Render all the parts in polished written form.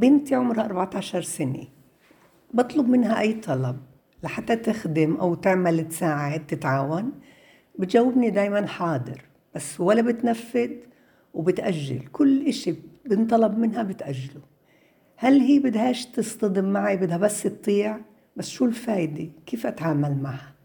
بنتي عمرها 14 سنة، بطلب منها أي طلب لحتى تخدم أو تعمل، تساعد، تتعاون. بتجاوبني دايما حاضر، بس ولا بتنفذ وبتأجل كل إشي بنطلب منها بتأجله. هل هي بدهاش تصطدم معي، بدها بس تطيع؟ بس شو الفايدة؟ كيف أتعامل معها؟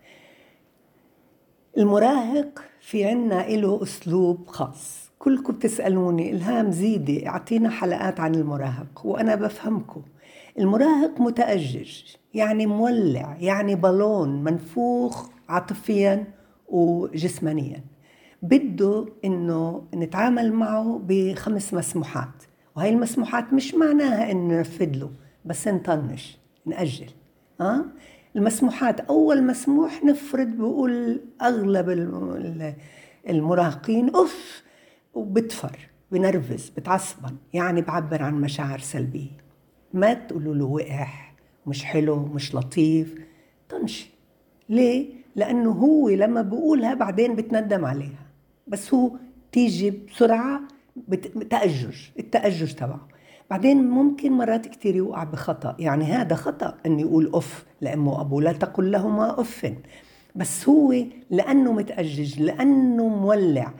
المراهق في عنا إله أسلوب خاص. كلكم بتسألوني إلهام زيدي اعطينا حلقات عن المراهق، وأنا بفهمكم. المراهق متأجج، يعني مولع، يعني بالون منفوخ عاطفيا وجسمانيا. بده إنه نتعامل معه ب5 مسموحات، وهي المسموحات مش معناها إنه ننفذ له، بس نطنش، نأجل. المسموحات، أول مسموح نفرض، بقول أغلب المراهقين أف، وبتفر، بنرفز، بتعصبن، يعني بعبر عن مشاعر سلبية. ما تقولوا له وقح، مش حلو، مش لطيف، طنشي. ليه؟ لأنه هو لما بقولها بعدين بتندم عليها، بس هو تيجي بسرعة التأجج تبعه. بعدين ممكن مرات كتير يوقع بخطأ، يعني هذا خطأ أن يقول أف لأمه وأبوه، لا تقل لهما أف، بس هو لأنه متأجج، لأنه مولع.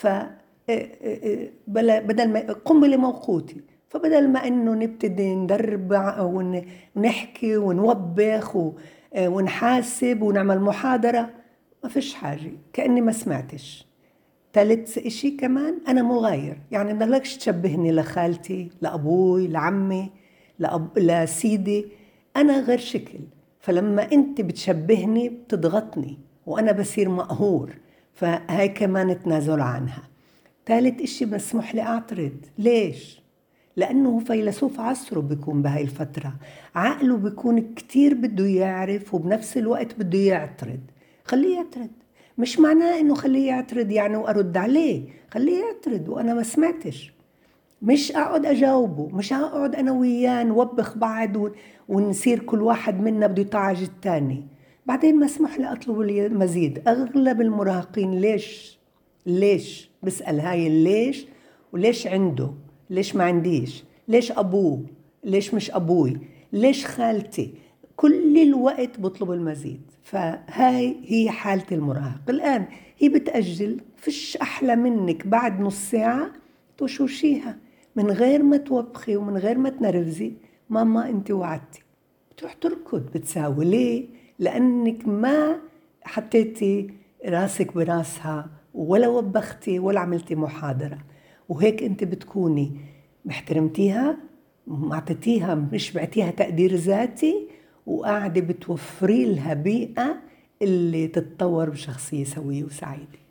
بدل ما قنبلة موقوتة، فبدل ما إنه نبتدي ندرب ونحكي ونوبخ ونحاسب ونعمل محاضرة، ما فيش حاجة، كأني ما سمعتش. ثالث إشي كمان، أنا مغاير، يعني بدكش تشبهني لخالتي، لأبوي، لعمي، لسيدي. أنا غير شكل، فلما أنت بتشبهني بتضغطني وأنا بصير مقهور، فهاي كمان تنازل عنها. ثالث إشي، مسموح لي أعترض. ليش؟ لأنه فيلسوف عصره بيكون بهاي الفترة، عقله بيكون كتير بده يعرف، وبنفس الوقت بده يعترض. خليه يعترض، مش معناه إنه خليه يعترض يعني وأرد عليه، خليه يعترض وأنا ما سمعتش. مش أقعد أجاوبه، مش أقعد أنا وياه نوبخ بعض ونصير كل واحد منا بده يطعج التاني. بعدين مسموح لي أطلب المزيد. أغلب المراهقين ليش بسأل هاي الليش، وليش عنده، ليش ما عنديش، ليش أبوه، ليش مش أبوي، ليش خالتي، كل الوقت بطلب المزيد. فهاي هي حالة المراهق الآن. هي بتأجل، فيش أحلى منك بعد نص ساعة تشوشيها من غير ما توبخي ومن غير ما تنرفزي. ماما انت وعدتي، بتروح تركض بتساوي. ليه؟ لأنك ما حطيتي راسك براسها، ولا وبختي، ولا عملتي محاضرة. وهيك انت بتكوني محترمتيها، معطيتيها، مش بعتيها تقدير ذاتي، وقاعدة بتوفري لها بيئة اللي تتطور بشخصية سوية وسعيدة.